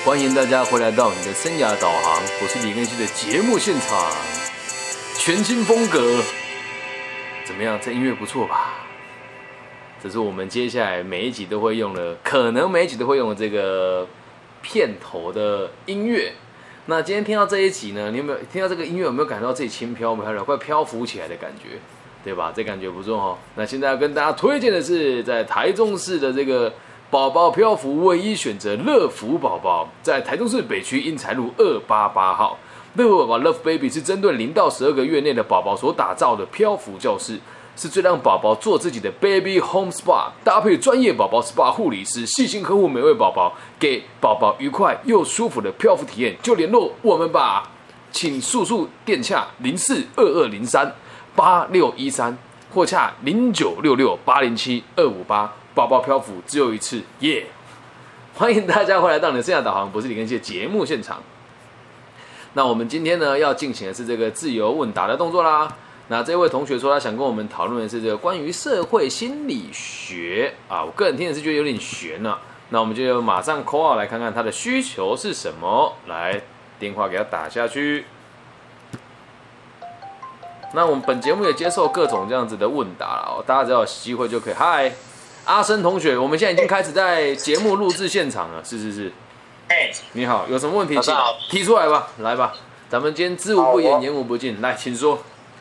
欢迎大家回来到你的生涯导航，我是李根熙的节目现场，全新风格，怎么样？这音乐不错吧？这是我们接下来每一集都会用的，可能每一集都会用的这个片头的音乐。那今天听到这一集呢，你有没有听到这个音乐？有没有感到自己轻飘飘的，快漂浮起来的感觉？对吧？这感觉不错哦。那现在要跟大家推荐的是，在台中市的这个宝宝漂浮唯一选择乐福宝宝，在台中市北区英才路288号。乐福宝宝 Love Baby 是针对0到12个月内的宝宝所打造的漂浮教室，是最让宝宝做自己的 Baby Home Spa， 搭配专业宝宝 SPA 护理师，细心呵护每位宝宝，给宝宝愉快又舒服的漂浮体验。就联络我们吧，请速速电洽0422038613，或洽0966807258。宝宝漂浮只有一次，耶！欢迎大家回来到你的生涯导航，不是李根熙的节目现场。那我们今天呢要进行的是这个自由问答的动作啦。那这位同学说他想跟我们讨论的是这个关于社会心理学啊，我个人听的是觉得有点悬啊。那我们就马上 call out 来看看他的需求是什么，来电话给他打下去。那我们本节目也接受各种这样子的问答啦，大家只要有机会就可以。嗨，阿生同学，我们现在已经开始在节目录制现场了，是。你好，有什么问题请提出来吧，来吧，咱们今天知无不言，言无不尽，来，请说。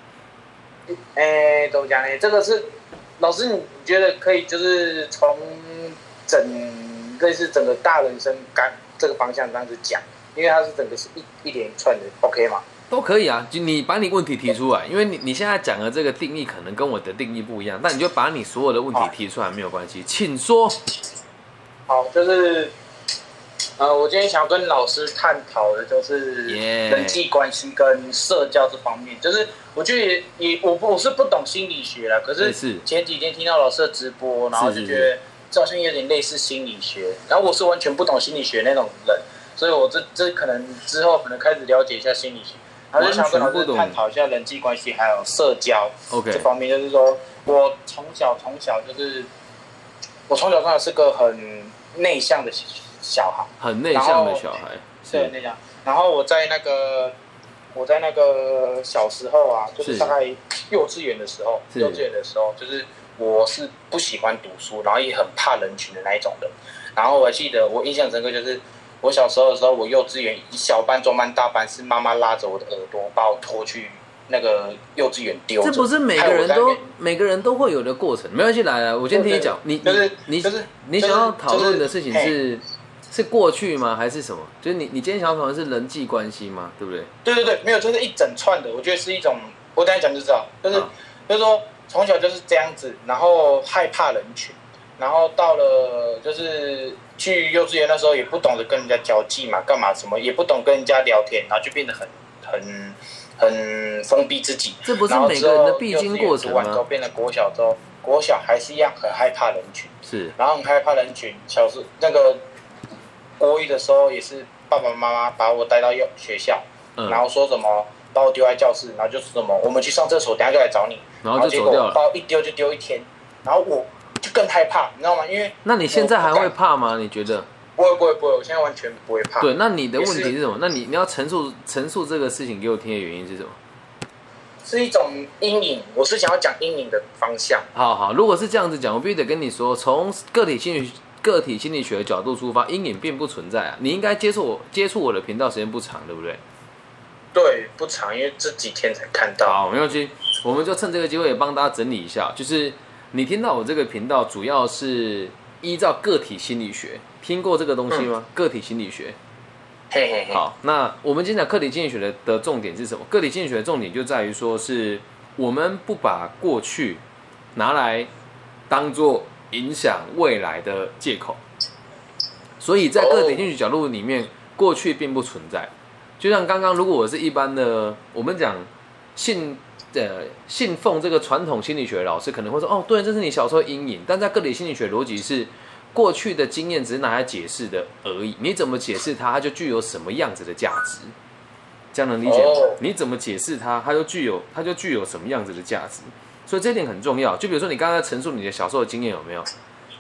怎么讲呢？这个是老师，你觉得可以就是从类似整个大人生这个方向这样子讲，因为它是整个是一连串的 ，OK 吗？ 都可以啊，就你把你问题提出来，因为你现在讲的这个定义可能跟我的定义不一样，但你就把你所有的问题提出来，没有关系，请说。 好，就是我今天想要跟老师探讨的就是人际关系跟社交这方面，就是我觉得我是不懂心理学啦，可是前几天听到老师的直播，然后就觉得这好像有点类似心理学，然后我是完全不懂心理学那种人，所以我这可能之后可能开始了解一下心理学。然后就想跟老师探讨一下人际关系还有社交这方面，就是说我从小就是我从小是个很内向的小孩， 很内向的小孩， 对，内向。然后我在那个小时候啊，就是大概幼稚园的时候，就是我是不喜欢读书，然后也很怕人群的那一种人。然后我记得我印象深刻就是。我小时候的时候，我幼稚园小班、中班、大班是妈妈拉着我的耳朵，把我拖去那个幼稚园丢着。 这不是每个人都会有的过程，没关系，来，我先听你讲。你想要讨论的事情是过去吗？还是什么？就是你今天想要讨论是人际关系吗？对不对？ 对，没有，就是一整串的。我觉得是一种，我等一下讲就知道，就是说从小就是这样子，然后害怕人群，然后到了就是去幼稚园那时候也不懂得跟人家交际嘛，干嘛什么也不懂跟人家聊天，然后就变得很封闭自己。 这不是每个人的必经过程吗？ 然后之后变成国小之后，国小还是一样很害怕人群， 是， 然后很害怕人群。小时那个国一的时候也是爸爸妈妈把我带到学校，然后说什么把我丢在教室，然后就说什么我们去上厕所，等一下就来找你， 然后就走掉了。 把我一丢就丢一天，然后我就更害怕，你知道吗？因为那你现在还会怕吗？你觉得？ 不会，我现在完全不会怕。 对，那你的问题是什么？那你要陈述这个事情给我听的原因是什么？ 是一种阴影，我是想要讲阴影的方向。 好，如果是这样子讲，我必须得跟你说，从个体心理学的角度出发，阴影并不存在啊。你应该接触我的频道时间不长，对不对？ 对，不长，因为这几天才看到。 好，没关系，我们就趁这个机会也帮大家整理一下，就是你听到我这个频道主要是依照个体心理学，听过这个东西吗？个体心理学。 嘿。 好，那我们今天讲个体心理学的重点是什么？个体心理学的重点就在于说，是我们不把过去拿来当做影响未来的借口，所以在个体心理学角度里面，过去并不存在。就像刚刚，如果我是一般的，我们讲信奉这个传统心理学的老师，可能会说，哦，对，这是你小时候阴影。但在个体心理学逻辑是，过去的经验只是拿来解释的而已，你怎么解释它，它就具有什么样子的价值。这样能理解吗？你怎么解释它，它就具有什么样子的价值。所以这一点很重要。就比如说你刚刚在陈述你的小时候的经验有没有？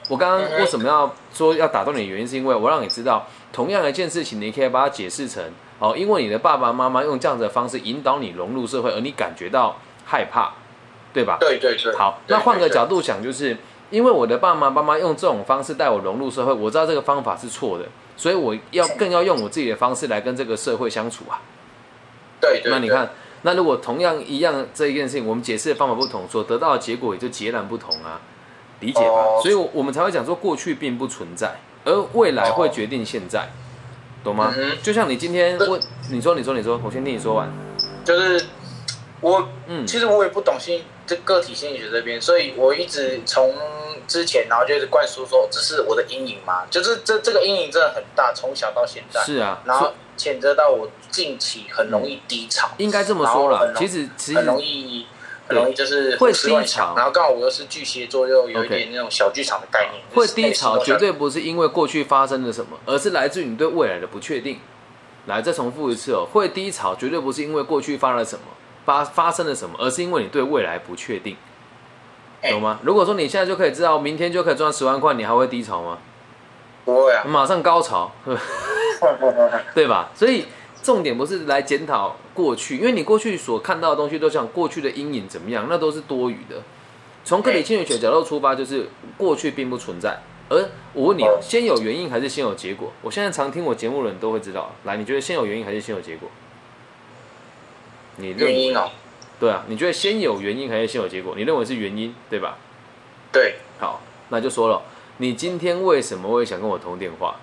我刚刚为什么要说要打断你的原因，是因为我让你知道，同样一件事情，你可以把它解释成因为你的爸爸妈妈用这样子的方式引导你融入社会，而你感觉到害怕，对吧？ 对对对。 好，那换个角度想，就是因为我的爸爸妈妈用这种方式带我融入社会，我知道这个方法是错的，所以我更要用我自己的方式来跟这个社会相处啊。 对。 那你看，那如果同样一样这一件事情，我们解释的方法不同，所得到的结果也就截然不同啊，理解吧？所以我们才会讲说，过去并不存在，而未来会决定现在，懂吗？就像你今天问，你说，我先听你说完。 就是我，其实我也不懂这个体心理学这边，所以我一直从之前，然后就一直灌输说，这是我的阴影嘛，就是这个阴影真的很大，从小到现在。是啊，然后牵扯到我近期很容易低潮， 应该这么说啦。其实很容易就是会低潮， 然后刚好我又是巨蟹座，又有一点那种小剧场的概念。 会低潮绝对不是因为过去发生了什么，而是来自于你对未来的不确定。来，再重复一次会低潮绝对不是因为过去发生了什么，而是因为你对未来不确定，懂吗？如果说你现在就可以知道明天就可以赚10万块，你还会低潮吗？ 不会啊， 马上高潮，对吧？所以重点不是来检讨过去，因为你过去所看到的东西都像过去的阴影怎么样，那都是多余的。从个体心理学角度出发，就是过去并不存在。而我问你，先有原因还是先有结果？我现在常听我节目的人都会知道。来，你觉得先有原因还是先有结果？你认为原因哦？ 对啊，你觉得先有原因还是先有结果？你认为是原因，对吧？ 对。 好，那就说了，你今天为什么会想跟我通电话？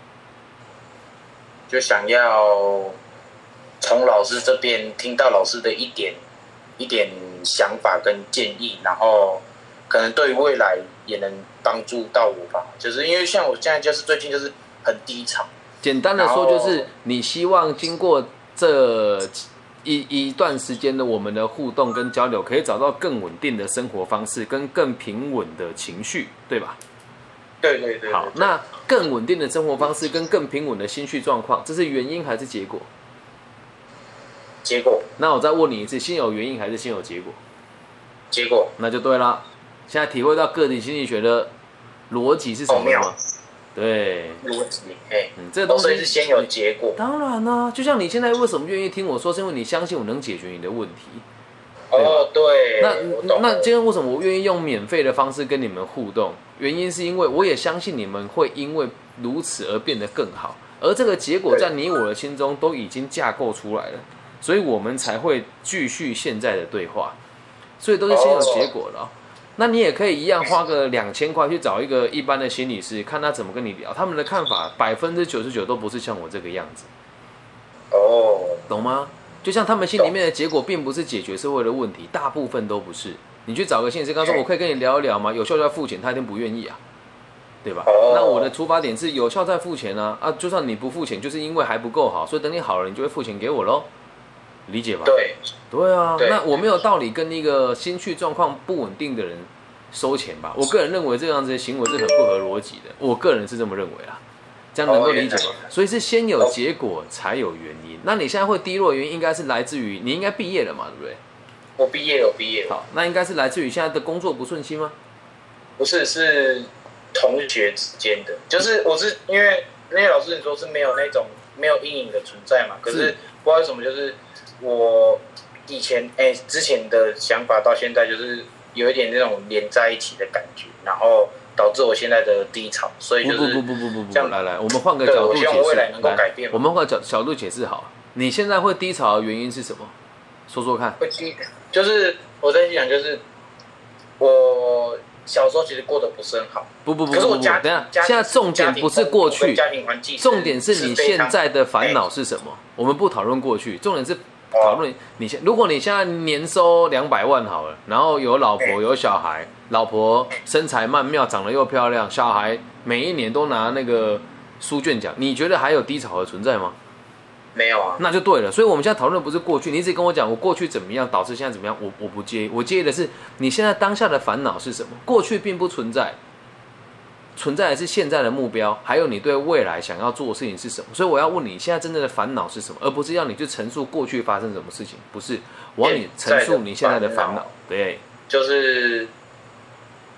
就想要从老师这边听到老师的一点想法跟建议，然后可能对于未来也能帮助到我吧。就是因为像我现在就是最近就是很低潮。简单的说，就是你希望经过这一段时间的我们的互动跟交流，可以找到更稳定的生活方式跟更平稳的情绪，对吧？对对对。好，那更稳定的生活方式跟更平稳的心绪状况，这是原因还是结果？结果。那我再问你一次，先有原因还是先有结果？结果。那就对了。现在体会到个体心理学的逻辑是什么吗？对，逻辑，这个东西是先有结果。当然啦，就像你现在为什么愿意听我说，是因为你相信我能解决你的问题。哦，对。那今天为什么我愿意用免费的方式跟你们互动？原因是因为我也相信你们会因为如此而变得更好，而这个结果在你我的心中都已经架构出来了，所以我们才会继续现在的对话。所以都是先有结果的。那你也可以一样花个2000块去找一个一般的心理师，看他怎么跟你聊，他们的看法99%都不是像我这个样子。哦，懂吗？就像他们心里面的结果并不是解决社会的问题，大部分都不是。你去找个心理师，跟他说我可以跟你聊一聊吗？有效就要付钱，他一定不愿意啊，对吧？那我的出发点是有效再付钱啊，就算你不付钱，就是因为还不够好，所以等你好了，你就会付钱给我咯。理解吧？对啊，那我没有道理跟一个心绪状况不稳定的人收钱吧？我个人认为这样子的行为是很不合逻辑的，我个人是这么认为啦，这样能够理解吗？所以是先有结果才有原因。那你现在会低落的原因应该是来自于你应该毕业了嘛，对不对？我毕业了。好，那应该是来自于现在的工作不顺心吗？不是，是同学之间的，就是我是因为那些老师你说是没有那种没有阴影的存在嘛，可是不知道为什么就是我以前之前的想法到现在就是有一点那种连在一起的感觉，然后导致我现在的低潮，所以就是不，来，我们换个角度解释，我希望未来能够改变。我们换个角度解释好，你现在会低潮的原因是什么？说说看。就是我在讲，就是我小时候其实过得不是很好。不，可是我等一下，现在重点不是过去，重点是你现在的烦恼是什么？我们不讨论过去，重点是讨论如果你现在年收200万好了，然后有老婆有小孩，老婆身材曼妙，长得又漂亮，小孩每一年都拿那个书卷奖，你觉得还有低潮的存在吗？没有啊，那就对了。所以我们现在讨论的不是过去，你一直跟我讲我过去怎么样，导致现在怎么样，我不介意，我介意的是你现在当下的烦恼是什么？过去并不存在，存在的是现在的目标，还有你对未来想要做的事情是什么。所以我要问你现在真正的烦恼是什么，而不是要你去陈述过去发生什么事情，不是，我要你陈述你现在的烦恼。对，就是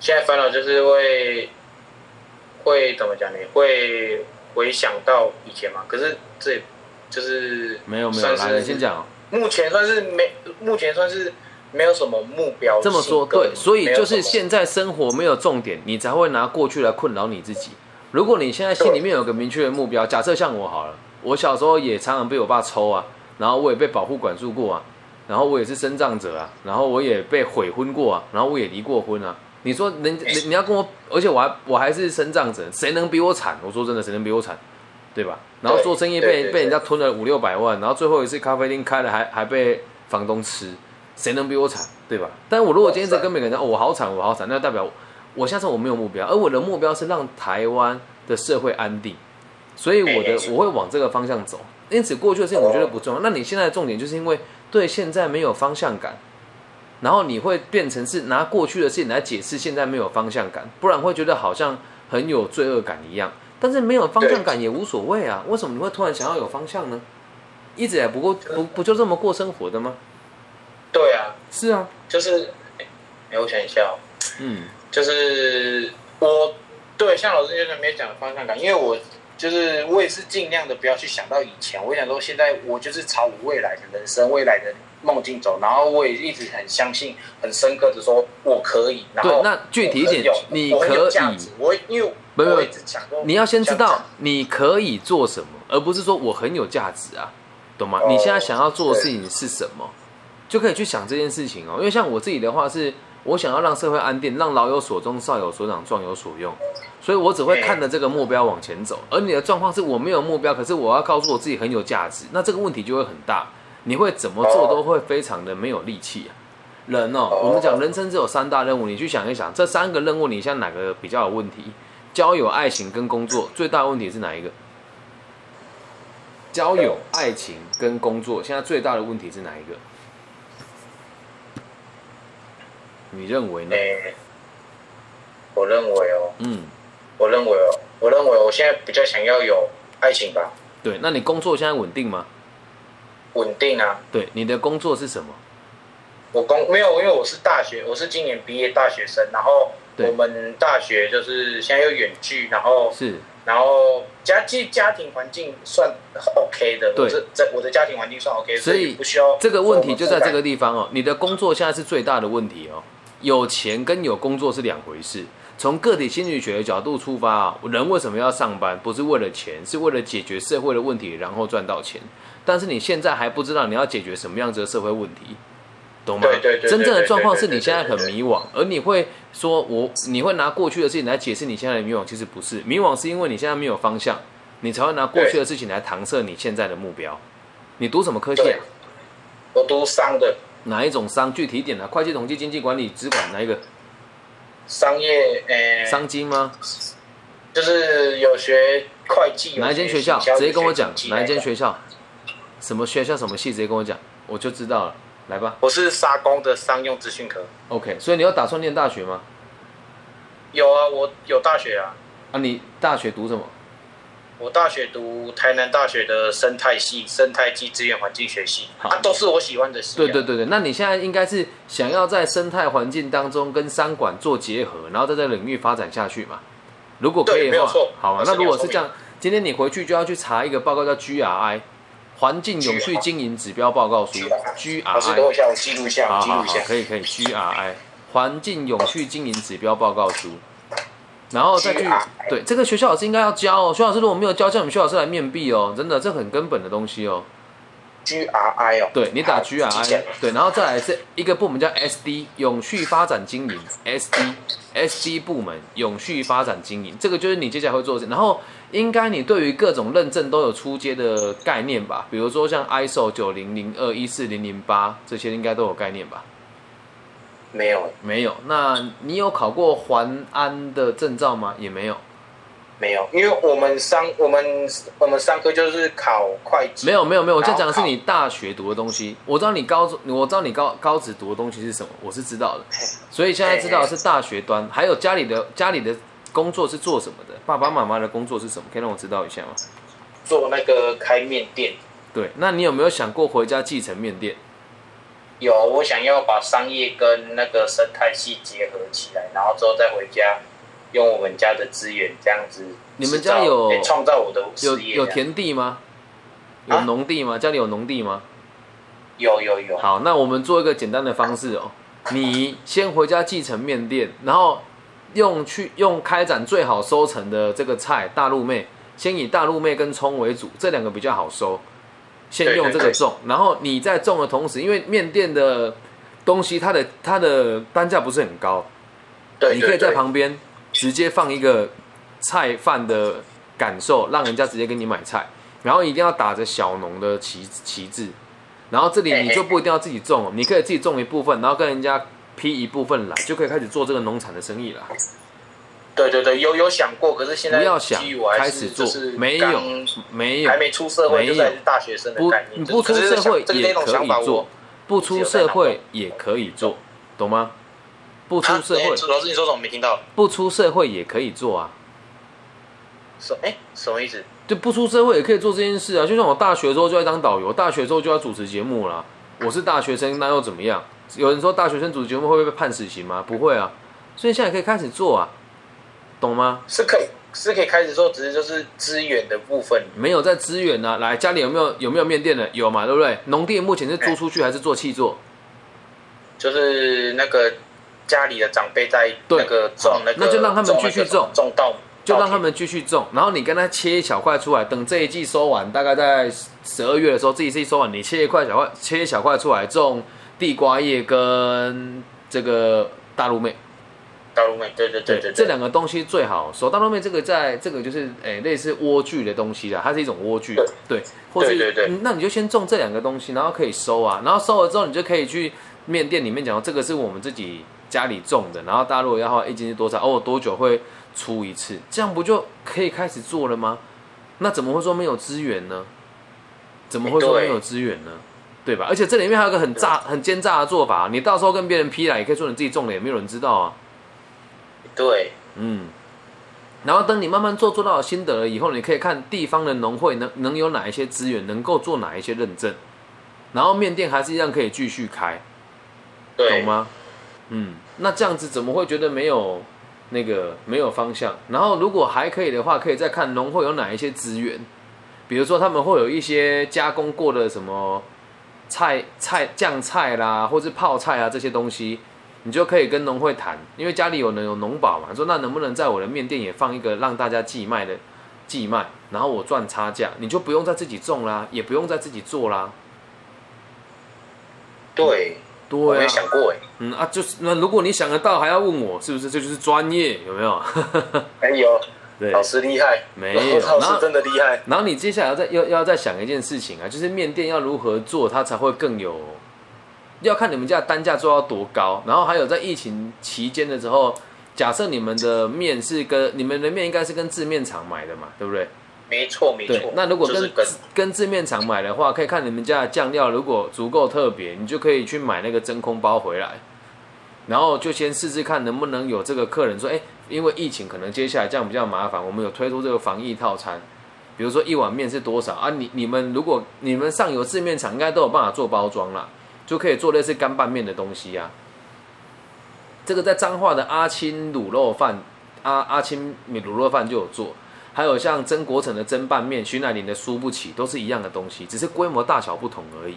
现在烦恼就是会怎么讲呢？会回想到以前嘛。可是这就是没有，来，先讲。 目前算是没有什么目标。 这么说对，所以就是现在生活没有重点，你才会拿过去来困扰你自己。如果你现在心里面有个明确的目标，假设像我好了，我小时候也常常被我爸抽啊，然后我也被保护管束过啊，然后我也是身障者啊，然后我也被悔婚过啊，然后我也离过婚啊。你说你要跟我，而且我还是身障者，谁能比我惨？我说真的，谁能比我惨？对吧？然后做生意被人家吞了500-600万，然后最后一次咖啡厅开了还被房东吃，谁能比我惨？对吧？但是我如果今天在跟每个人讲，我好惨，那代表我下次我没有目标，而我的目标是让台湾的社会安定，所以我会往这个方向走。因此过去的事情我觉得不重要。那你现在的重点就是因为对现在没有方向感。然后你会变成是拿过去的事情来解释现在没有方向感，不然会觉得好像很有罪恶感一样。但是没有方向感也无所谓啊，为什么你会突然想要有方向呢？一直也不就这么过生活的吗？ 对啊， 是啊， 就是我想一下就是我对像老师就是没有讲的方向感，因为我也是尽量的不要去想到以前，我想说现在我就是朝我未来的人生、未来的梦境走，然后我也一直很相信、很深刻的说我可以。然后对，那具体一点，你可以， 因为我一直想说， 你要先知道你可以做什么，而不是说我很有价值啊，懂吗？你现在想要做的事情是什么，就可以去想这件事情哦。因为像我自己的话是，我想要让社会安定，让老有所终，少有所长，壮有所用，所以我只会看着这个目标往前走。而你的状况是我没有目标，可是我要告诉我自己很有价值，那这个问题就会很大。你会怎么做都会非常的没有力气啊。人哦，我们讲人生只有3大任务，你去想一想，这3个任务你现在哪个比较有问题？交友、爱情跟工作，最大的问题是哪一个？交友、爱情跟工作，现在最大的问题是哪一个？你认为呢？ 我认为我现在比较想要有爱情吧。 对，那你工作现在稳定吗？ 稳定啊。 对，你的工作是什么？ 没有，因为我是今年毕业大学生，然后我们大学就是现在又远距，然后家庭环境算 OK 的，对，我的家庭环境算 OK， 所以不需要。 这个问题就在这个地方哦，你的工作现在是最大的问题哦。有钱跟有工作是2回事。从个体心理学的角度出发啊，人为什么要上班？不是为了钱，是为了解决社会的问题，然后赚到钱。但是你现在还不知道你要解决什么样子的社会问题，懂吗？对，真正的状况是你现在很迷惘，而你会说你会拿过去的事情来解释你现在的迷惘，其实不是。迷惘是因为你现在没有方向，你才会拿过去的事情来搪塞你现在的目标。你读什么科系啊？ 我读商的。 哪一种商？具体一点啊，会计、统计、经济管理、资管哪一个？ 商业， 商经吗？ 就是有学会计。 哪一间学校？直接跟我讲哪一间学校？什么学校？什么系？直接跟我讲，我就知道了。来吧。 我是沙工的商用资讯科。 OK， 所以你有打算念大学吗？ 有啊，我有大学啊。 啊，你大学读什么？ 我大学读台南大学的生态系，生态暨资源环境学系，都是我喜欢的系。 对，那你现在应该是想要在生态环境当中跟商管做结合，然后在这个领域发展下去嘛？如果可以的话，好啊。那如果是这样，今天你回去就要去查一个报告叫 GRI， 环境永续经营指标报告书。GRI， 老师等我一下，我记录一下。 好，可以。GRI， 环境永续经营指标报告书。然后再去对这个学校老师应该要教哦，学校老师如果没有教，叫你们学校老师来面壁哦，真的这很根本的东西哦。 GRI 哦， 对你打 GRI， 对，然后再来是一个部门叫 SD 永续发展经营 ，SD 部门永续发展经营，这个就是你接下来会做的事。然后应该你对于各种认证都有初阶的概念吧，比如说像 ISO 9002、14008这些应该都有概念吧。没有。那你有考过环安的证照吗？也没有。 没有，因为我们商科就是考会计。 没有，我在讲的是你大学读的东西。我知道你高职读的东西是什么，我是知道的。所以现在知道的是大学端，还有家里的工作是做什么的？爸爸妈妈的工作是什么？可以让我知道一下吗？ 做那个开面店。 对，那你有没有想过回家继承面店？ 有，我想要把商业跟那个生态系结合起来，然后之后再回家用我们家的资源这样子。 你们家有创造我的事业？ 有田地吗？有农地吗？家里有农地吗？ 有。 好，那我们做一个简单的方式哦。你先回家继承面店，然后用开展最好收成的这个菜大陆妹，先以大陆妹跟葱为主，这两个比较好收。先用这个种，然后你在种的同时，因为面店的东西它的单价不是很高，你可以在旁边直接放一个菜贩的感受，让人家直接给你买菜，然后一定要打着小农的旗帜，然后这里你就不一定要自己种，你可以自己种一部分，然后跟人家批一部分来，就可以开始做这个农产的生意了。 对，有想过，可是现在不要想，开始做，没有， 还没出社会，就在大学生的概念。 你不出社会也可以做，不出社会也可以做，懂吗？不出社会， 老师你说什么没听到？ 不出社会也可以做啊。 什么意思？ 就不出社会也可以做这件事啊。就像我大学的时候就要当导游，大学之后就要主持节目啦。我是大学生，那又怎么样？有人说大学生主持节目会不会被判死刑吗？不会啊。所以现在可以开始做啊。懂吗？ 是可以开始做，只是就是资源的部分没有在资源啊。来，家里有没有面店的？有嘛，对不对？农地目前是租出去还是做契作？ 就是那个家里的长辈在那个种那个， 那就让他们继续种稻， 就让他们继续种。然后你跟他切一小块出来，等这一季收完，大概在12月的时候，这一季收完，你切一小块出来种地瓜叶跟这个大陆妹。 大陆妹，对， 这两个东西最好收。大陆妹这个就是类似莴苣的东西啦，它是一种莴苣，对，或是对， 那你就先种这两个东西，然后可以收啊，然后收了之后，你就可以去面店里面讲，这个是我们自己家里种的，然后大陆要花1斤是多少，多久会出一次，这样不就可以开始做了吗？那怎么会说没有资源呢？怎么会说没有资源呢？对吧？而且这里面还有一个很奸诈的做法，你到时候跟别人批来，也可以说你自己种的，也没有人知道啊。 对， 然后等你慢慢做到了心得了以后，你可以看地方的农会能有哪一些资源，能够做哪一些认证，然后面店还是一样可以继续开，懂吗？那这样子怎么会觉得没有方向？然后如果还可以的话，可以再看农会有哪一些资源，比如说他们会有一些加工过的什么酱菜啦，或是泡菜啊这些东西。你就可以跟农会谈，因为家里有农保嘛，说那能不能在我的面店也放一个让大家寄卖，然后我赚差价，你就不用再自己种啦，也不用再自己做啦。 对，我没想过就是那如果你想得到，还要问我，是不是？这就是专业，有没有？ 有，对，老师厉害， 没有， 老师真的厉害。 然后你接下来要再想一件事情啊，就是面店要如何做，它才会更有。要看你们家的单价做到多高，然后还有在疫情期间的时候，假设你们的面应该是跟制面厂买的嘛，对不对？ 没错。 那如果跟制面厂买的话，可以看你们家的酱料如果足够特别，你就可以去买那个真空包回来，然后就先试试看能不能有这个客人说，因为疫情可能接下来这样比较麻烦，我们有推出这个防疫套餐，比如说一碗面是多少啊？你们如果你们上游制面厂应该都有办法做包装啦。就可以做类似干拌面的东西啊。这个在彰化的阿青卤肉饭、阿青卤肉饭就有做，还有像曾国成的蒸拌面、徐乃麟的输不起，都是一样的东西，只是规模大小不同而已。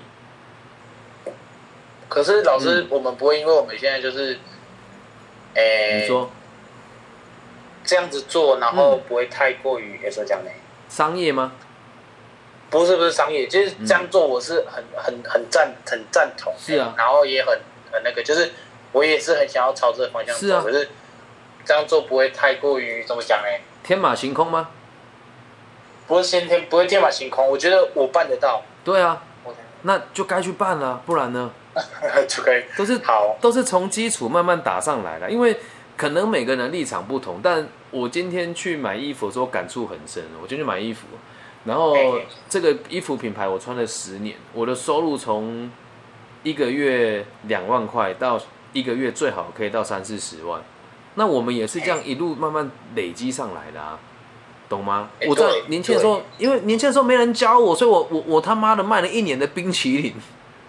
可是老师，我们不会因为我们现在就是， 你说这样子做，然后不会太过于怎么讲呢？ 商业吗？ 不是商业，就是这样做，我是很赞同， 是啊， 然后也很那个，就是我也是很想要朝这个方向走，是啊，可是这样做不会太过于怎么讲呢？ 天马行空吗？ 不会天马行空，我觉得我办得到。 对啊，那就该去办了，不然呢？ 就可以都是从基础慢慢打上来的，因为可能每个人立场不同，但我今天去买衣服的时候感触很深，我今天去买衣服。然后这个衣服品牌我穿了10年，我的收入从1个月2万块到1个月最好可以到30-40万，那我们也是这样一路慢慢累积上来的啊，懂吗？我在年轻的时候，因为年轻的时候没人教我，所以我他妈的卖了1年的冰淇淋，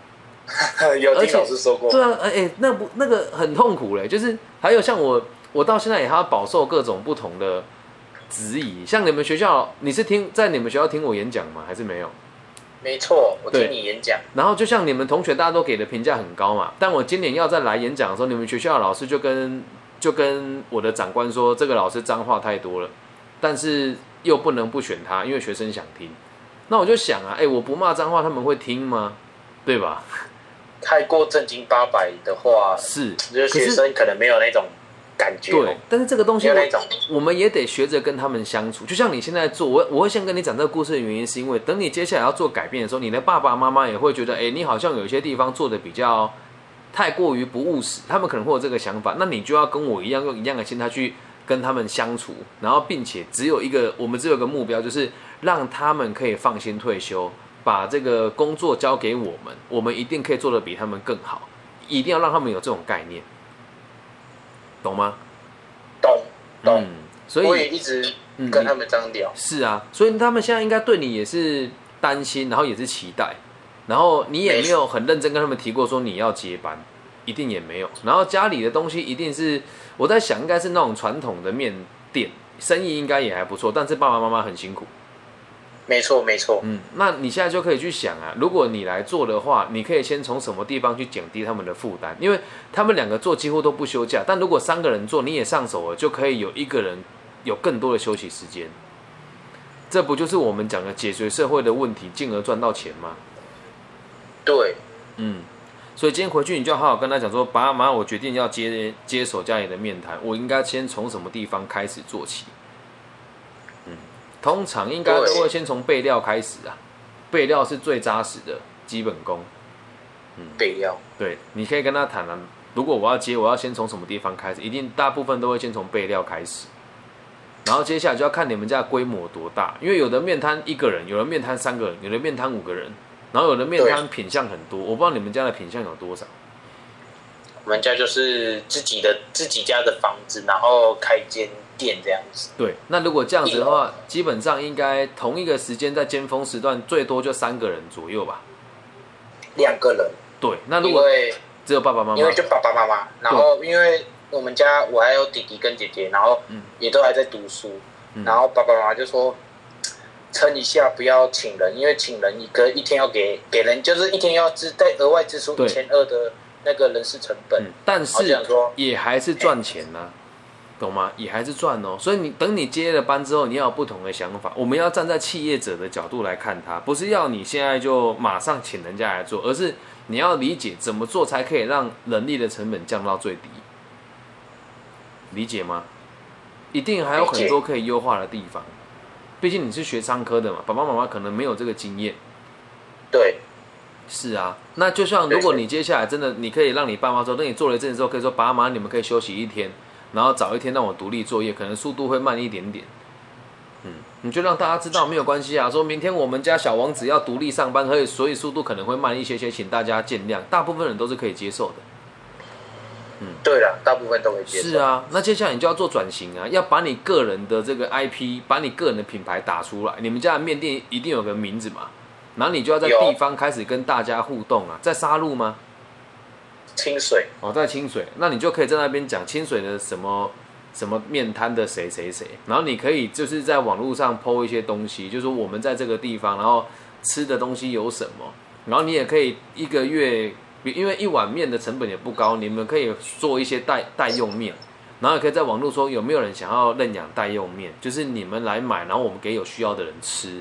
有听老师说过。 对啊，那个很痛苦嘞，就是还有像我到现在也还要饱受各种不同的质疑。像你们学校，你是在你们学校听我演讲吗？还是没有？ 没错，我听你演讲。 然后就像你们同学，大家都给的评价很高嘛。但我今年要再来演讲的时候，你们学校的老师就跟我的长官说，这个老师脏话太多了，但是又不能不选他，因为学生想听。那我就想啊，我不骂脏话，他们会听吗？对吧？ 太过正经八百的话，就是学生可能没有那种感觉。 对，但是这个东西我们也得学着跟他们相处。就像你现在做，我会先跟你讲这个故事的原因，是因为等你接下来要做改变的时候，你的爸爸妈妈也会觉得，你好像有一些地方做的比较太过于不务实，他们可能会有这个想法，那你就要跟我一样，用一样的心态去跟他们相处，然后并且我们只有一个目标，就是让他们可以放心退休，把这个工作交给我们一定可以做得比他们更好，一定要让他们有这种概念，懂吗？ 懂。 所以我也一直跟他们这样聊。 是啊，所以他们现在应该对你也是担心，然后也是期待，然后你也没有很认真跟他们提过说你要接班，一定也没有。然后家里的东西一定是我在想，应该是那种传统的面店，生意应该也还不错，但是爸爸妈妈很辛苦。 没错。 那你现在就可以去想啊，如果你来做的话，你可以先从什么地方去减低他们的负担？因为他们2个做几乎都不休假，但如果3个人做，你也上手了，就可以有1个人有更多的休息时间。这不就是我们讲的解决社会的问题，进而赚到钱吗？ 对， 所以今天回去你就要好好跟他讲说，爸妈，我决定要接手家里的面摊，我应该先从什么地方开始做起？通常应该都会先从备料开始啊，备料是最扎实的基本功。 备料， 对，你可以跟他谈啊，如果我要接，我要先从什么地方开始？一定大部分都会先从备料开始，然后接下来就要看你们家的规模多大，因为有的面摊1个人，有的面摊3个人，有的面摊5个人，然后有的面摊品项很多，我不知道你们家的品项有多少。 我们家就是自己家的房子，然后开间店这样子。 对，那如果这样子的话，基本上应该同一个时间在尖峰时段，最多就3个人左右吧。 2个人。 对，那如果只有爸爸妈妈， 因为就爸爸妈妈，然后因为我们家我还有弟弟跟姐姐，然后也都还在读书，然后爸爸妈妈就说撑一下，不要请人，因为请人一天要给人，就是一天要再额外支出1200的那个人事成本， 但是也还是赚钱啊，懂吗？也还是赚哦。所以等你接了班之后，你要有不同的想法。我们要站在企业者的角度来看它，不是要你现在就马上请人家来做，而是你要理解怎么做才可以让人力的成本降到最低。理解吗？一定还有很多可以优化的地方。毕竟你是学商科的嘛，爸爸妈妈可能没有这个经验。 对。 是啊，那就像如果你接下来真的，你可以让你爸妈说，等你做了一阵子之后，可以说爸妈你们可以休息1天，然后找1天让我独立作业，可能速度会慢一点点。你就让大家知道没有关系啊，说明天我们家小王子要独立上班，所以速度可能会慢一些，请大家见谅。大部分人都是可以接受的。 对啦，大部分都会接受。 是啊，那接下来你就要做转型啊，要把你个人的这个 IP， 把你个人的品牌打出来。你们家的面店一定有个名字嘛？然后你就要在地方开始跟大家互动啊，在沙鹿吗？ 清水在清水，那你就可以在那边讲清水的什么面摊的谁，然后你可以就是在网络上 po 一些东西，就是说我们在这个地方，然后吃的东西有什么，然后你也可以1个月，因为1碗面的成本也不高，你们可以做一些代用面，然后也可以在网络说有没有人想要认养代用面，就是你们来买，然后我们给有需要的人吃。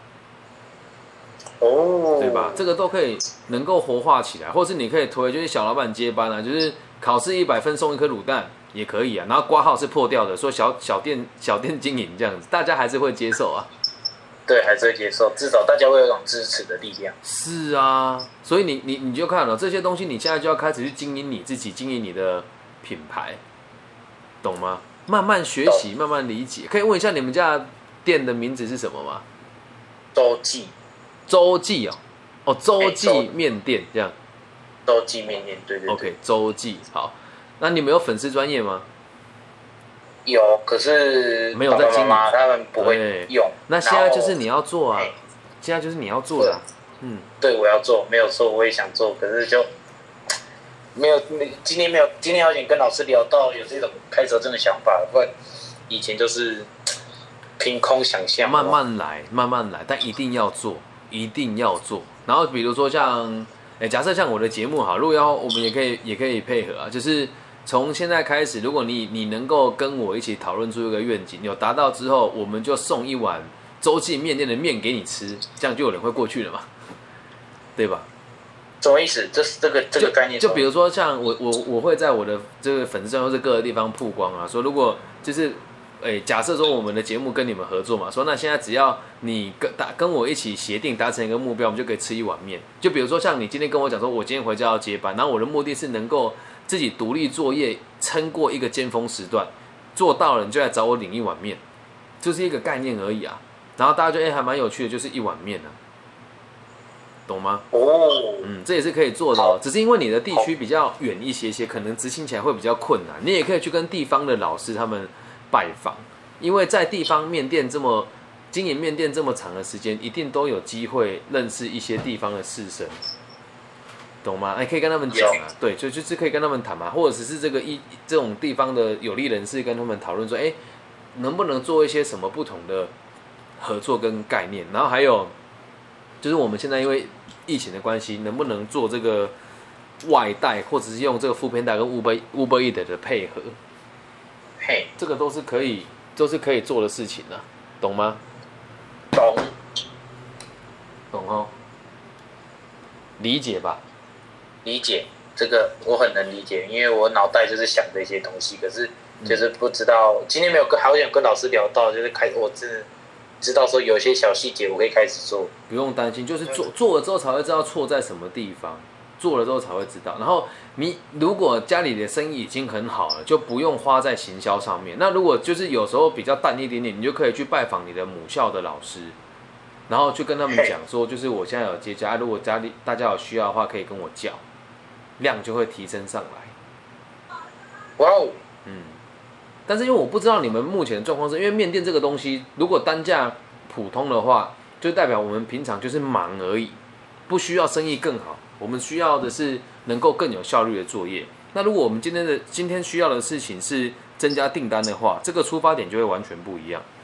对吧？这个都可以能够活化起来，或是你可以推，就是小老板接班啊，就是考试100分送1颗卤蛋也可以啊，然后挂号是破掉的，说小店经营这样子，大家还是会接受啊。 对，还是会接受，至少大家会有一种支持的力量。 是啊，所以你就看了这些东西，你现在就要开始去经营你自己，经营你的品牌，懂吗？慢慢学习，慢慢理解。可以问一下你们家店的名字是什么吗？ 周记。 周记周记面店这样。 周记面店，对。 OK， 周记好。那你们有粉丝专页吗？ 有，可是没有在经营， 他们不会用。 那现在就是你要做啊，现在就是你要做的对，我要做，没有错，我也想做，可是就没有今天好像跟老师聊到有这种开车证的想法，不然以前就是凭空想象， 慢慢来，慢慢来，但一定要做，一定要做。然后比如说像，假设像我的节目好，如果我们也可以配合啊，就是从现在开始，如果你能够跟我一起讨论出一个愿景，有达到之后，我们就送一碗洲际面店的面给你吃，这样就有人会过去了嘛，对吧？ 什么意思？这个概念就比如说像我会在我的这个粉丝专或是各个地方曝光啊，说如果就是假设说我们的节目跟你们合作嘛，说那现在只要你跟我一起协定达成一个目标，我们就可以吃一碗面。就比如说像你今天跟我讲说，我今天回家要接班，然后我的目的是能够自己独立作业，撑过一个尖峰时段，做到了你就来找我领一碗面，就是一个概念而已啊。然后大家就还蛮有趣的，就是一碗面啊。懂吗？这也是可以做的哦，只是因为你的地区比较远一些，可能执行起来会比较困难。你也可以去跟地方的老师他们拜访，因为在地方面店经营面店这么长的时间，一定都有机会认识一些地方的士绅，懂吗？可以跟他们讲啊，对，就是可以跟他们谈嘛，或者是这种地方的有利人士跟他们讨论说，能不能做一些什么不同的合作跟概念，然后还有。就是我们现在因为疫情的关系，能不能做这个外带，或者是用这个 Foodpanda 跟 Uber Eats 的配合？这个都是可以做的事情啊，懂吗？懂哦，理解吧？ 理解，这个我很能理解，因为我脑袋就是想这些东西，可是就是不知道，今天没有好想跟老师聊到，就是我知道说有些小细节我可以开始做， 不用担心，就是做了之后才会知道错在什么地方，做了之后才会知道。然后你如果家里的生意已经很好了，就不用花在行销上面。那如果就是有时候比较淡一点点，你就可以去拜访你的母校的老师，然后去跟他们讲说，就是我现在有接家，如果家里大家有需要的话，可以跟我叫，量就会提升上来。 哇哦， 但是因为我不知道你们目前的状况是，因为面店这个东西，如果单价普通的话，就代表我们平常就是忙而已，不需要生意更好。我们需要的是能够更有效率的作业。那如果我们今天需要的事情是增加订单的话，这个出发点就会完全不一样。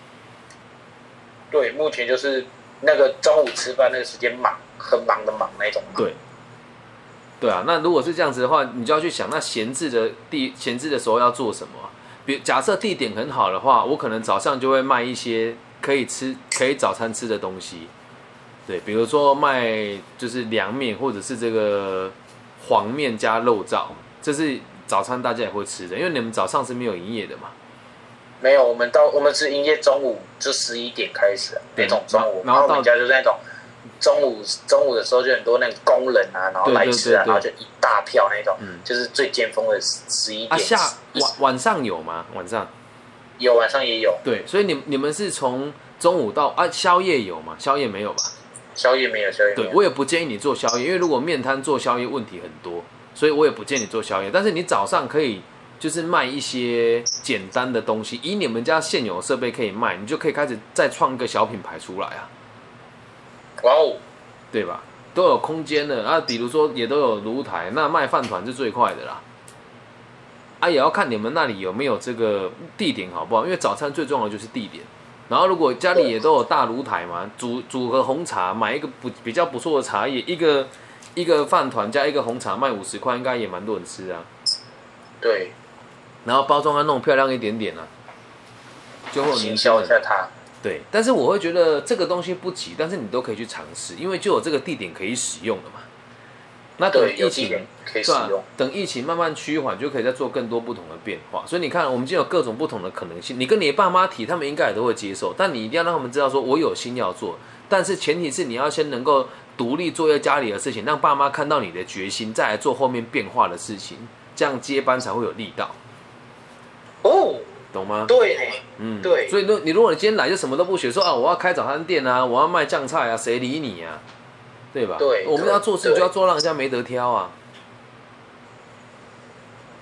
对，目前就是那个中午吃饭那个时间忙，很忙的忙那种忙。 对啊，那如果是这样子的话，你就要去想，那闲置的时候要做什么？比如假设地点很好的话，我可能早上就会卖一些可以早餐吃的东西，对，比如说卖就是凉面或者是这个黄面加肉燥，这是早餐大家也会吃的，因为你们早上是没有营业的嘛。 没有，我们是营业中午就11点开始那种中午，然后我们家就是那种中午的时候就很多那种工人啊，然后来吃啊，然后就一大票那种，就是最尖峰的11点。 晚上有吗？晚上有，晚上也有。 对，所以你们是从中午到宵夜有吗？宵夜没有吧？ 宵夜没有。 对，我也不建议你做宵夜，因为如果面摊做宵夜问题很多，所以我也不建议你做宵夜。但是你早上可以就是卖一些简单的东西，以你们家现有的设备可以卖，你就可以开始再创一个小品牌出来啊。 哇哦， 对吧？都有空间的啊，比如说也都有炉台，那卖饭团是最快的啦。也要看你们那里有没有这个地点好不好，因为早餐最重要的就是地点。然后如果家里也都有大炉台嘛，煮个红茶，买一个比较不错的茶叶，一个饭团加一个红茶卖50块，应该也蛮多人吃啊。 对。 然后包装要弄漂亮一点点啊，就会有行销一下它。 对，但是我会觉得这个东西不急，但是你都可以去尝试，因为就有这个地点可以使用了嘛。那等疫情可以使用， 等疫情慢慢趋缓，就可以再做更多不同的变化。所以你看，我们今天有各种不同的可能性。你跟你的爸妈提，他们应该也都会接受，但你一定要让他们知道说，我有心要做，但是前提是你要先能够独立做家里的事情，让爸妈看到你的决心，再来做后面变化的事情，这样接班才会有力道。 哦。 懂吗？ 对，对。 所以如果你今天来就什么都不学，说我要开早餐店啊，我要卖酱菜啊，谁理你啊？对吧？ 对， 我们要做事就要做让人家没得挑啊。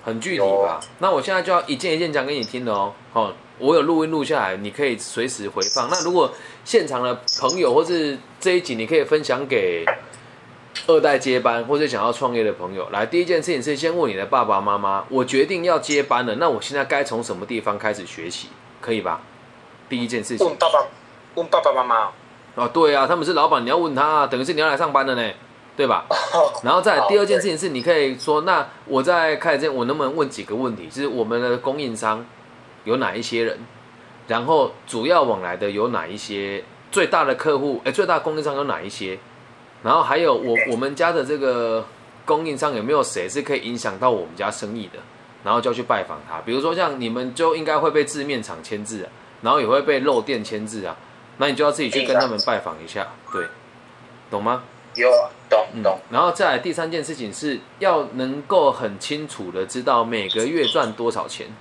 很具体吧？那我现在就要一件一件讲给你听的哦。哦，我有录音录下来，你可以随时回放。那如果现场的朋友或是这一集，你可以分享给2代接班或者想要创业的朋友。来，第一件事情是先问你的爸爸妈妈，我决定要接班了，那我现在该从什么地方开始学习，可以吧？第一件事情。 问爸爸妈妈。 哦，对啊，他们是老板，你要问他，等于是你要来上班了呢，对吧？然后再来第二件事情是，你可以说，那我在开始之前，我能不能问几个问题？就是我们的供应商有哪一些人，然后主要往来的有哪一些，最大的客户，最大的供应商有哪一些？然后还有我们家的这个供应商有没有谁是可以影响到我们家生意的？然后就要去拜访他。比如说像你们就应该会被制面厂牵制啊，然后也会被肉店牵制啊。那你就要自己去跟他们拜访一下，对，懂吗？ 有啊，懂。 然后再来第三件事情是要能够很清楚的知道每个月赚多少钱。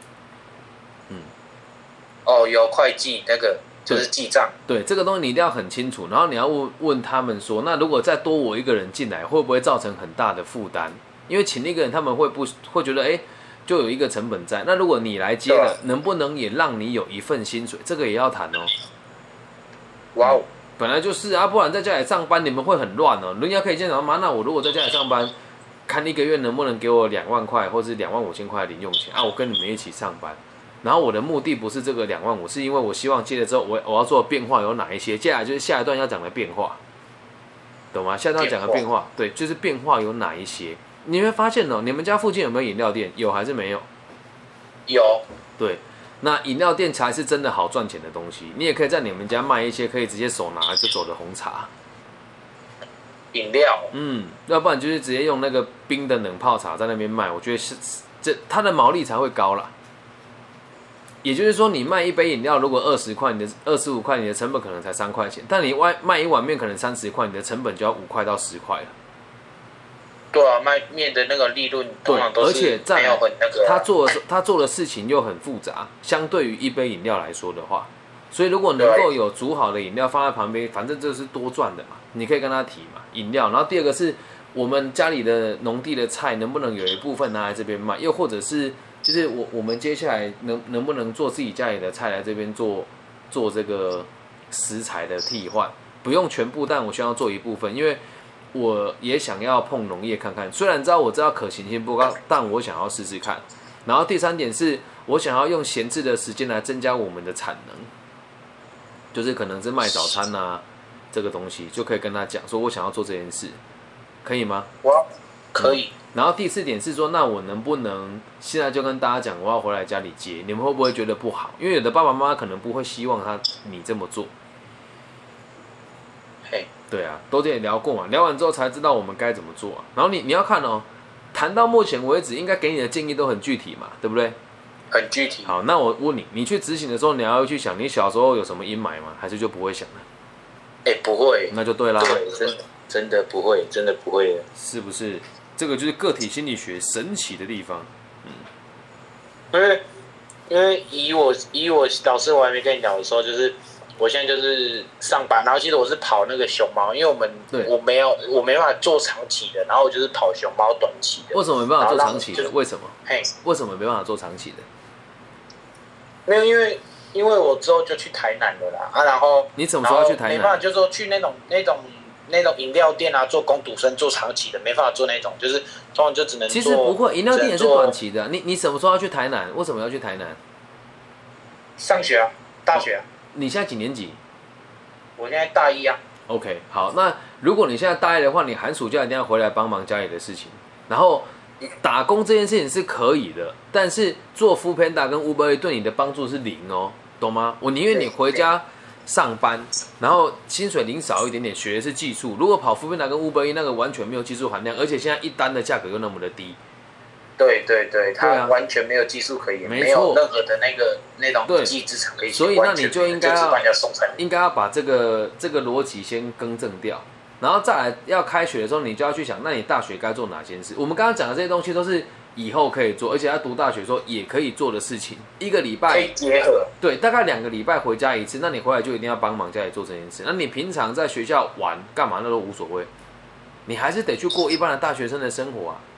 有会计那个就是记账。对， 这个东西你一定要很清楚，然后你要问他们说，那如果再多我一个人进来，会不会造成很大的负担？因为请一个人，他们会觉得就有一个成本在。那如果你来接了，能不能也让你有一份薪水？这个也要谈哦。 哇哦， 本来就是啊，不然在家里上班你们会很乱哦。人家可以这样讲嘛，那我如果在家里上班，看一个月能不能给我2万块或是25000块零用钱啊？我跟你们一起上班，然后我的目的不是这个2万5，是因为我希望接了之后我要做的变化有哪一些？接下来就是下一段要讲的变化，懂吗？下一段要讲的变化，对，就是变化有哪一些？你会发现哦，你们家附近有没有饮料店？有还是没有？ 有， 对。那饮料店才是真的好赚钱的东西，你也可以在你们家卖一些可以直接手拿就走的红茶、 饮料， 要不然就是直接用那个冰的冷泡茶在那边卖，我觉得它的毛利才会高啦。也就是说，你卖一杯饮料如果20块，你的25块，你的成本可能才3块钱，但你卖一碗面可能30块，你的成本就要5块到10块了。 对啊，卖面的那个利润通常都是没有很那个。 他做的事情又很复杂，相对于一杯饮料来说的话，所以如果能够有煮好的饮料放在旁边，反正这是多赚的嘛，你可以跟他提嘛，饮料。然后第二个是我们家里的农地的菜能不能有一部分拿来这边卖，又或者是就是我们接下来能不能做自己家里的菜来这边做这个食材的替换，不用全部，但我需要做一部分，因为我也想要碰农业看看，虽然我知道可行性不高，但我想要试试看。然后第三点是我想要用闲置的时间来增加我们的产能，就是可能是卖早餐啊这个东西，就可以跟他讲说我想要做这件事，可以吗？ 可以。 然后第四点是说，那我能不能现在就跟大家讲我要回来家里接，你们会不会觉得不好？因为有的爸爸妈妈可能不会希望你这么做。对啊，都跟你聊过嘛，聊完之后才知道我们该怎么做啊。然后你要看哦，谈到目前为止，应该给你的建议都很具体嘛，对不对？ 很具体。 好，那我问你，你去执行的时候，你还要去想你小时候有什么阴霾吗？还是就不会想了？ 不会。 那就对啦。 对，真的不会，真的不会。 是不是？这个就是个体心理学神奇的地方。 因为以我老师我还没跟你聊的时候，就是我现在就是上班，然后其实我是跑那个熊猫，因为我没办法做长期的，然后我就是跑熊猫短期的。 为什么没办法做长期的？为什么？为什么没办法做长期的？ 没有，因为我之后就去台南了啦，然后你什么时候要去台南？ 没办法，就是说去那种饮料店啊，做工读生做长期的，没办法做那种，就是通常就只能做。 其实不会，饮料店也是短期的。你什么时候要去台南？为什么要去台南？ 上学啊，大学啊。 你现在几年级？ 我现在大一啊。 OK， 好，那如果你现在大一的话，你寒暑假一定要回来帮忙家里的事情。然后打工这件事情是可以的，但是做 Foodpanda 跟 Uber Eats 对你的帮助是0哦，懂吗？我宁愿你回家上班，然后薪水领少一点点，学的是技术。如果跑 Foodpanda 跟 Uber Eats 那个完全没有技术含量，而且现在一单的价格又那么的低。对， 它完全没有技术可言，没有任何的那种一技之长可以。 所以那你就应该要把这个逻辑先更正掉，然后再来要开学的时候，你就要去想，那你大学该做哪件事？我们刚刚讲的这些东西都是以后可以做，而且要读大学的时候也可以做的事情。一个礼拜可以结合， 对，大概2个礼拜回家一次，那你回来就一定要帮忙家里做这件事。那你平常在学校玩干嘛那都无所谓，你还是得去过一般的大学生的生活啊。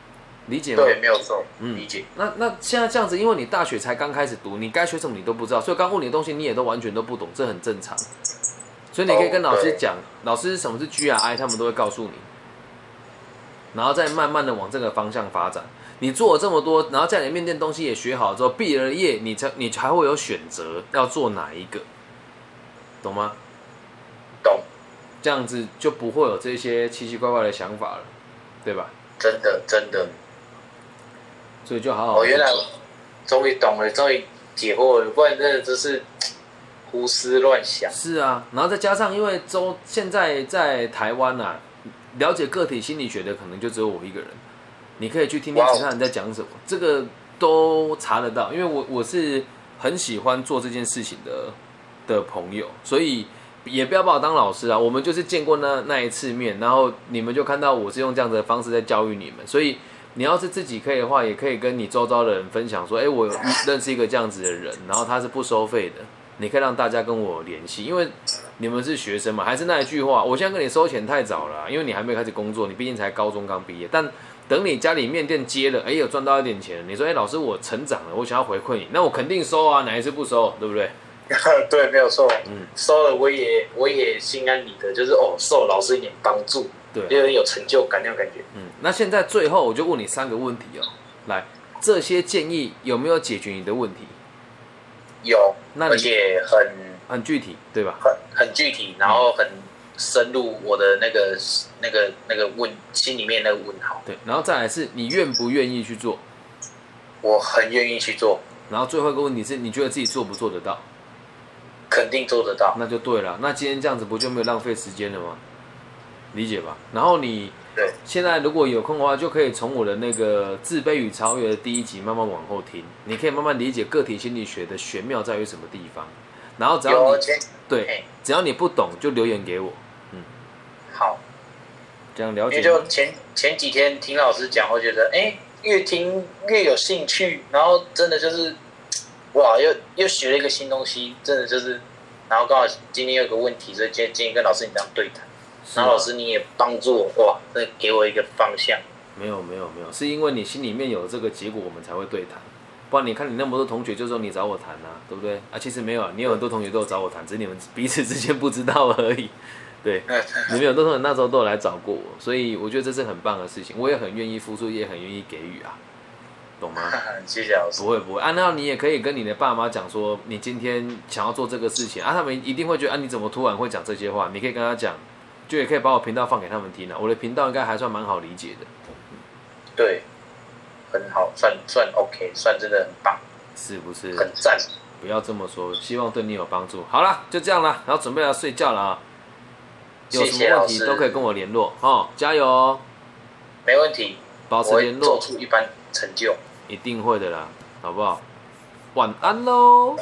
理解吗？ 对，没有错，理解。 那现在这样子，因为你大学才刚开始读，你该学什么你都不知道，所以刚问你的东西你也都完全都不懂，这很正常。所以你可以跟老师讲，老师什么是 GRI， 他们都会告诉你，然后再慢慢的往这个方向发展。你做了这么多，然后在你的面店东西也学好之后，毕了业，你还会有选择要做哪一个，懂吗？ 懂。 这样子就不会有这些奇奇怪怪的想法了，对吧？ 真的。 所以就好好。 原来终于懂了，终于解惑了，不然真的就是胡思乱想。 是啊，然后再加上因为现在在台湾啊，了解个体心理学的可能就只有我一个人。你可以去听听其他人在讲什么，这个都查得到。因为我是很喜欢做这件事情的朋友，所以也不要把我当老师啊。我们就是见过那一次面，然后你们就看到我是用这样的方式在教育你们。所以你要是自己可以的话，也可以跟你周遭的人分享说，我有认识一个这样子的人，然后他是不收费的，你可以让大家跟我联系。因为你们是学生嘛，还是那一句话，我现在跟你收钱太早了因为你还没有开始工作，你毕竟才高中刚毕业。但等你家里面店接了，有赚到一点钱，你说，老师我成长了，我想要回馈你，那我肯定收啊，哪一次不收，对不对？ 对，没有错。收了我也心安理得，就是受老师一点帮助，对，有点有成就感那种感觉。 那现在最后我就问你3个问题来，这些建议有没有解决你的问题？ 有，而且很具体，对吧？ 很具体，然后很深入我的那个心里面那个问号。 对，然后再来是你愿不愿意去做？ 我很愿意去做。然后最后一个问题是你觉得自己做不做得到？ 肯定做得到。 那就对了，那今天这样子不就没有浪费时间了吗？理解吧？然后你现在如果有空的话，就可以从我的那个自卑与超越的第1集慢慢往后听，你可以慢慢理解个体心理学的玄妙在于什么地方。然后只要你不懂就留言给我。 好， 这样了解。 因为就前几天听老师讲，我觉得越听越有兴趣，然后真的就是哇，又学了一个新东西，真的就是，然后刚好今天有个问题，所以今天跟老师你这样对谈，然后老师你也帮助我，哇，这给我一个方向。 没有，是因为你心里面有这个结果，我们才会对谈。不然你看你那么多同学，就说你找我谈啊，对不对？其实没有，你有很多同学都有找我谈，只是你们彼此之间不知道而已。对，你们有很多同学那时候都有来找过我，所以我觉得这是很棒的事情，我也很愿意付出，也很愿意给予啊，懂吗？ 谢谢老师。 不会那你也可以跟你的爸妈讲说，你今天想要做这个事情他们一定会觉得你怎么突然会讲这些话？你可以跟他讲，就也可以把我频道放给他们听我的频道应该还算蛮好理解的。 对。很好，算 OK， 算真的很棒， 是不是？ 很赞。 不要这么说，希望对你有帮助。好了，就这样了，然后准备要睡觉了啊。有什么问题都可以跟我联络加油哦。 没问题， 保持联络， 做出一番成就， 一定会的啦，好不好？晚安喽。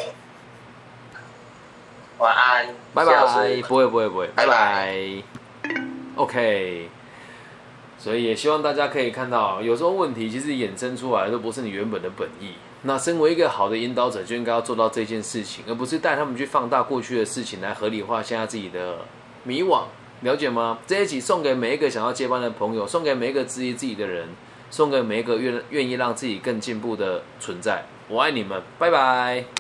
晚安， 拜拜。不会，拜拜。OK。所以也希望大家可以看到，有时候问题其实衍生出来都不是你原本的本意。那身为一个好的引导者，就应该要做到这件事情，而不是带他们去放大过去的事情来合理化现在自己的迷惘，了解吗？这一集送给每一个想要接班的朋友，送给每一个质疑自己的人，送给每一个愿意让自己更进步的存在。我爱你们，拜拜。